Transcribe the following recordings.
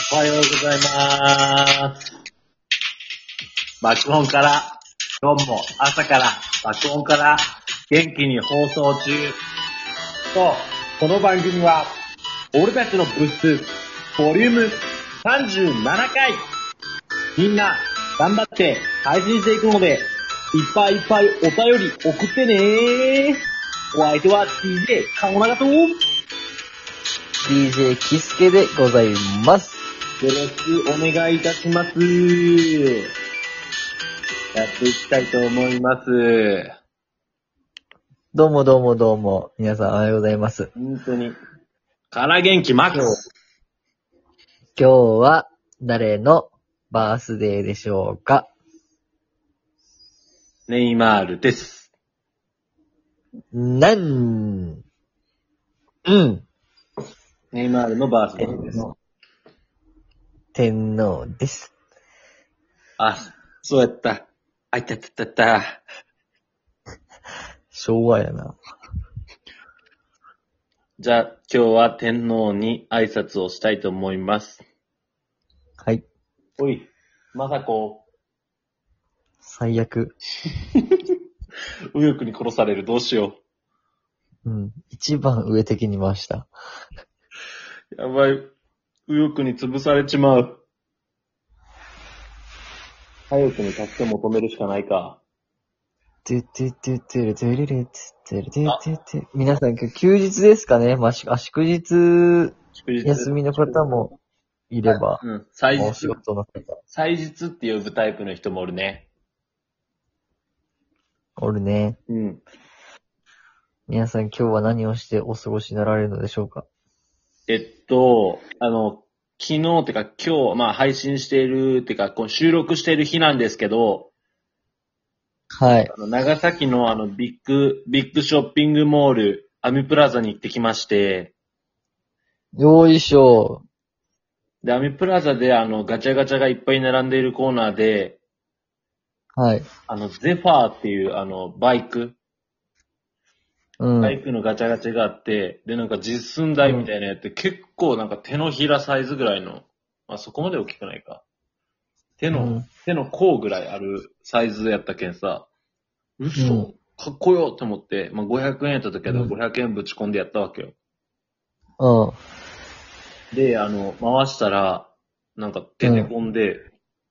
おはようございます。爆音から、今日も朝から爆音から元気に放送中。と、この番組は、俺たちの物質、ボリューム37回。みんな、頑張って配信していくので、いっぱいいっぱいお便り送ってねー。お相手は DJ かごながと、 DJ キスケでございます。 よろしくお願いいたします。やっていきたいと思います。 どうも。皆さんおはようございます。 本当に。から元気マックス。 今日は誰のバースデーでしょうか？ ネイマールです。 ネイマールのバースデーです。 天皇です。 あ、そうやった。あいたたたた。 昭和やな。 じゃあ、今日は天皇に挨拶をしたいと思います。 はい。 おい、まさこ。 最悪。 右翼に殺される、どうしよ一番上的に回した。 う。やばい。右翼に潰されちまう。左翼に助け求めるしかないか。 皆さん今日休日ですかね？祝日休みの方もいれば、お仕事の方。 祭日って呼ぶタイプの人もおるね。 おるね。皆さん今日は何をしてお過ごしになられるのでしょうか？ 昨日ってか今日、配信しているってか、収録している日なんですけど、 はい。 長崎のビッグショッピングモール、アミプラザに行ってきまして、 よいしょ。 で、アミプラザでガチャガチャがいっぱい並んでいるコーナーで、 はい。 ゼファーっていうバイクのガチャガチャがあって、で、なんか実寸大みたいなやつって結構なんか手のひらサイズぐらいの、そこまで大きくないか。手の甲ぐらいあるサイズやったけんさ、嘘、かっこよって思って、500円やったけど、500円ぶち込んでやったわけよ。で、回したら、なんか手で込んで、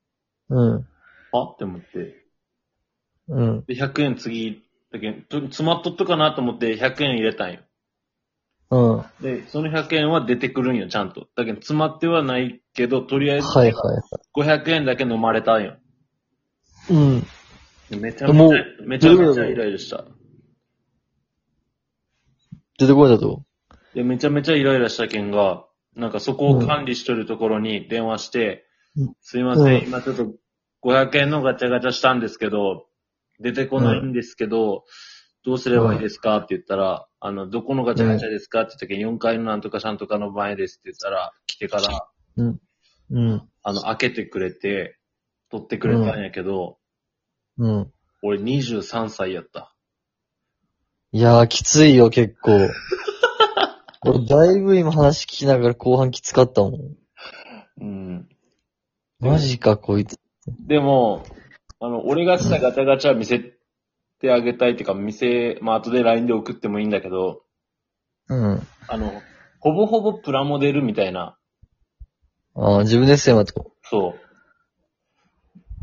って思って。で、100円次、だけ詰まっとったかなと思って100円入れたんよ。で、その100円は出てくるんよ、ちゃんと。だけど詰まってはないけど、とりあえず、500円だけ飲まれたんよ。めちゃめちゃイライラした。 出てこいだと？ で、めちゃめちゃイライラしたけんが、なんかそこを管理しとるところに電話して、すいません、今ちょっと500円のガチャガチャしたんですけど、出てこないんですけど、どうすればいいですかって言ったら、どこのガチャガチャですかって言ったけん、4階のなんとかさんとかの前ですって言ったら、来てから、開けてくれて、取ってくれたんやけど、俺23歳やった。 いやー、きついよ、結構。俺、だいぶ今話聞きながら後半きつかったもん。マジか、こいつ。 でも、俺がしたガチャガチャ見せてあげたいっていうか、後で LINE で送ってもいいんだけど、ほぼほぼプラモデルみたいな。 自分でせまと。 そう。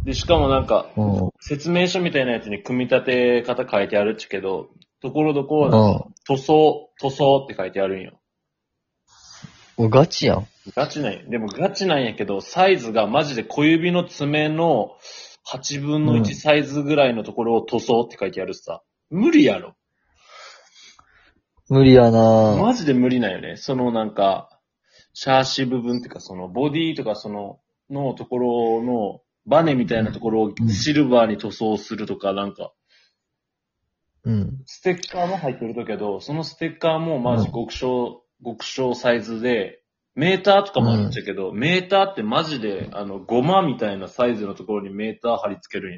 で、しかもなんか、説明書みたいなやつに組み立て方書いてあるっちけど、ところどころ、塗装って書いてあるんよ。 ガチやん。 ガチなんや。でもガチなんやけど、サイズがマジで小指の爪の8分の1サイズぐらいのところを塗装って書いてあるさ。無理やろ。 無理やなぁ。 マジで無理なんよね。そのなんか、シャーシ部分っていうか、そのボディとかのところのバネみたいなところをシルバーに塗装するとか、なんか、ステッカーも入ってるとけど、そのステッカーもマジ極小サイズで、メーターとかもあるんだけど、メーターってマジで、ゴマみたいなサイズのところにメーター貼り付けるん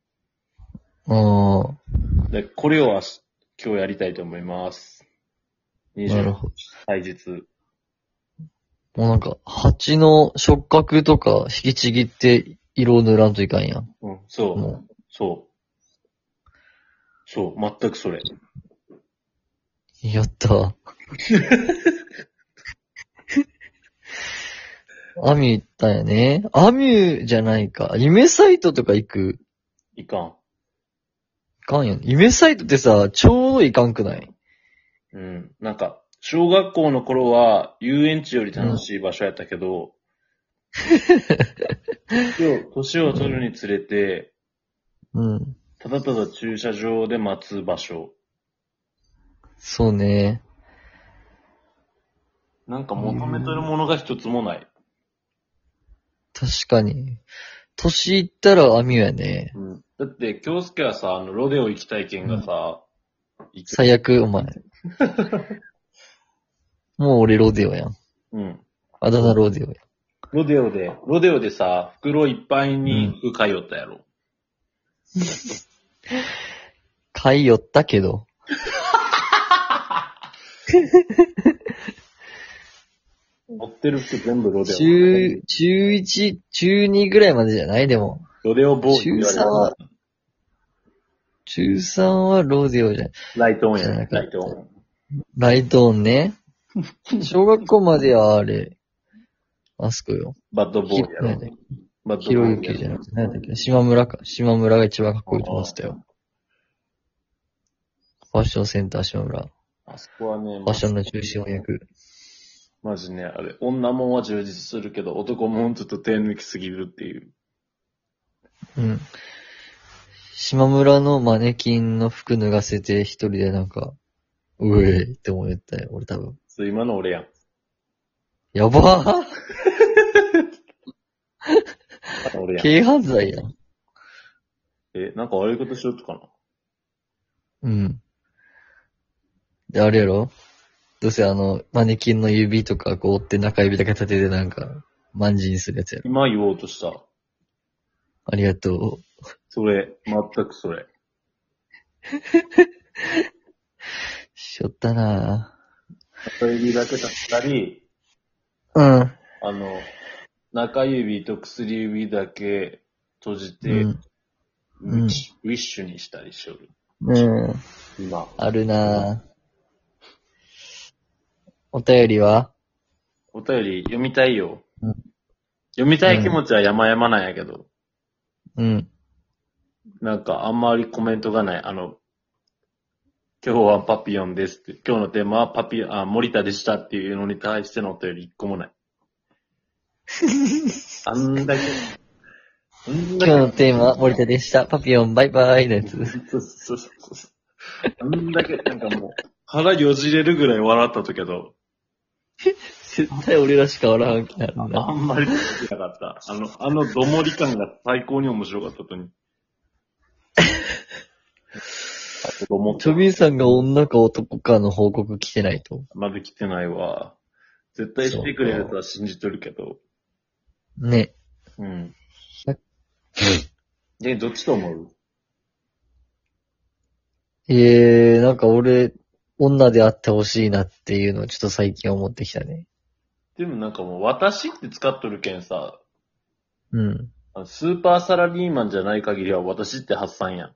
よ。で、これを今日やりたいと思います。20歳日。 もうなんか、蜂の触覚とか引きちぎって色を塗らんといかんやん。 うん、そもう。そう。そう、全くそれ。 やったアミュ行ったんやね。アミュじゃないか。夢サイトとか行く。 いかん。 いかんやん。夢サイトってさ、ちょうどいかんくない？ うん。なんか、小学校の頃は遊園地より楽しい場所やったけど、年を取るにつれて、 うん。 ただただ駐車場で待つ場所。 そうね。 なんか求めてるものが一つもない。 確かに。年いったらアミュやね。 うん。だって、京介はさ、ロデオ行きたい件がさ、 最悪、お前。もう俺ロデオやん。 うん。 あだ名ロデオや。 ロデオでさ、袋いっぱいに服買いよったやろ。 買いよったけど。 持ってる服全部ロデオ。 中1、中2ぐらいまでじゃないでも。 ロデオボーイって中言われ 3は、中3はロデオじゃん。 ライトオンやね。 じゃなかったライトオン。 ライトオンね。小学校まではあれ、あそこよ。 バッドボーイやろ。バッドボひろゆーイやろ。 きじゃなくて、何だっけ、島村か。島村が一番かっこいいと思ってたよ。ファッションセンター島村。 あそこはね、 ファッションの中心を焼く。 マジね、あれ、女もんは充実するけど、男もんちょっと手抜きすぎるっていう。 うん。島村のマネキンの服脱がせて一人でなんか、うえーって思ったよ、俺多分。 そう、今の俺やん。 やばー俺やん。 軽犯罪やん。 なんか悪いことしようとかな。 うん。で、あれやろ、どうせマネキンの指とかこう折って中指だけ立ててなんか、万字にするやつやろ。 今言おうとした。 ありがとそれ、全くそれ。 う。しょったな中指だけ立ったり、 ぁ。 中指と薬指だけ閉じうて、 ん。 ウィッシュにしたりしよる。 うん。 今。 あるなぁ。お便りは？ お便り読みたいよ。 うん。 読みたい気持ちは山々なんやけど、 うん。 なんかあんまりコメントがない。今日はパピヨンですって、今日のテーマは森田でしたっていうのに対してのお便り一個もない。あんだけ、 今日のテーマは森田でした。パピヨンバイバイのやつ。 そう。あんだけ、なんかもう、腹よじれるぐらい笑ったとけど、 絶対俺らしか笑わんくなるんだ。 あんまり楽しなかった。どもり感が最高に面白かったとに。 チョビーさんが女か男かの報告来てないと。 まだ来てないわ。絶対してくれるとは信じとるけど。 ね。 うん。で、どっちと思う？ なんか俺、女であってほしいなっていうのをちょっと最近思ってきたね。 でもなんかもう私って使っとるけんさ、 うん。 スーパーサラリーマンじゃない限りは私って発散やん。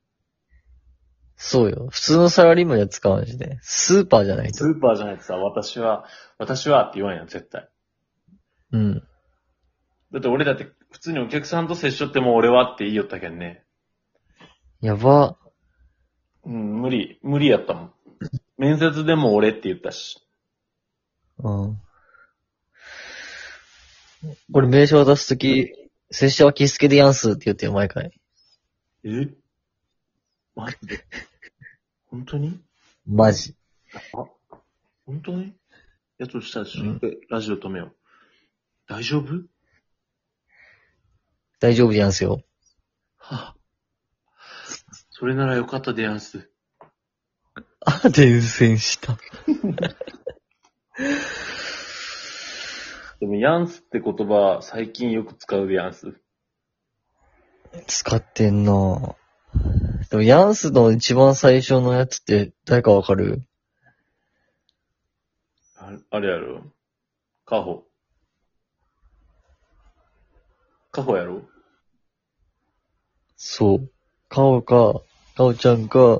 そうよ。普通のサラリーマンには使わんしね。スーパーじゃないと。 スーパーじゃないとさ、私はって言わんやん、絶対。 うん。 だって俺だって普通にお客さんと接しとっても俺はって言いよったけんね。 やば。 うん、無理やったもん。面接でも俺って言ったし。 うん。これ名刺渡すとき、拙者はキスケでやんすって言ってよ、毎回。 え？マジで？本当に？ マジ。 本当に？やとしたら、ラジオ止めよう。大丈夫？ 大丈夫でやんすよ。 はぁ、それならよかったでやんす。 あ、伝染した。 でも、ヤンスって言葉、最近よく使うでやんす。 使ってんなぁ。でも、ヤンスの一番最初のやつって誰かわかる？ あれやろ？ カホ。カホやろ？ そう。カオちゃんか、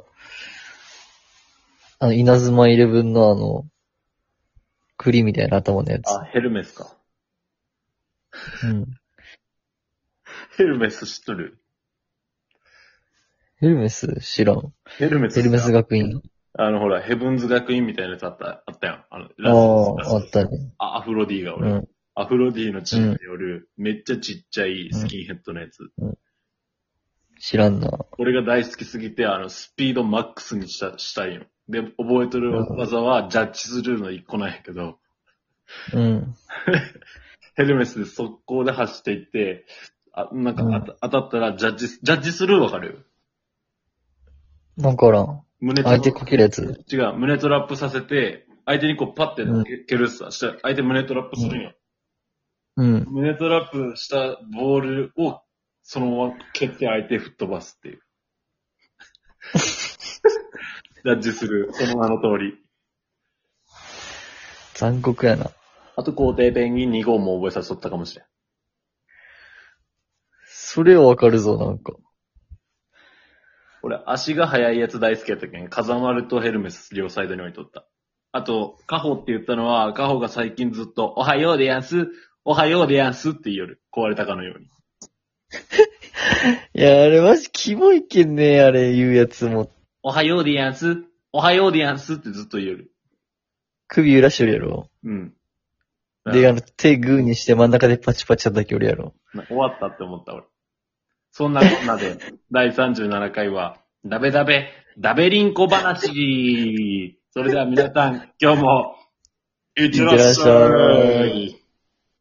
稲妻イレブンの栗みたいな頭のやつ。 あ、ヘルメスか。 うん。 ヘルメス知っとる？ ヘルメス知らん。 ヘルメス学院。 ほら、ヘブンズ学院みたいなやつあったやん。 あったね。 アフロディがおる。 うん。 アフロディのチームによる、めっちゃちっちゃいスキンヘッドのやつ。 知らんな。 俺が大好きすぎて、スピードマックスにしたいよ。で、覚えとる技は、ジャッジするの一個なんやけど、 うん。 ヘルメスで速攻で走っていって、当たったらジャッジするわかる？ わからん。相手かけるやつ？ 違う、胸トラップさせて、相手にこうパッて蹴るさ、して相手胸トラップするんよ。 うん。 胸トラップしたボールを、そのまま蹴って相手吹っ飛ばすっていう。ジャッジする、その名の通り。 残酷やな。 あと、皇帝ペンギン2号も覚えさせとったかもしれん。 それはわかるぞ、なんか。 俺、足が速いやつ大好きやったけん、風丸とヘルメス両サイドに置いとった。あと、カホって言ったのは、カホが最近ずっと、おはようでやんす、おはようでやんすって言いよる。壊れたかのように。 いや、あれマジキモいけんね、あれ言うやつも。 おはようでやんす、おはようでやんすってずっと言える。 首揺らしよるやろ。 うん。 で、手グーにして真ん中でパチパチやっただけおるやろ。 終わったって思った俺。そんなこんなで、第37回は、ダベリンコ話。それでは皆さん、今日も、いってらっしゃい。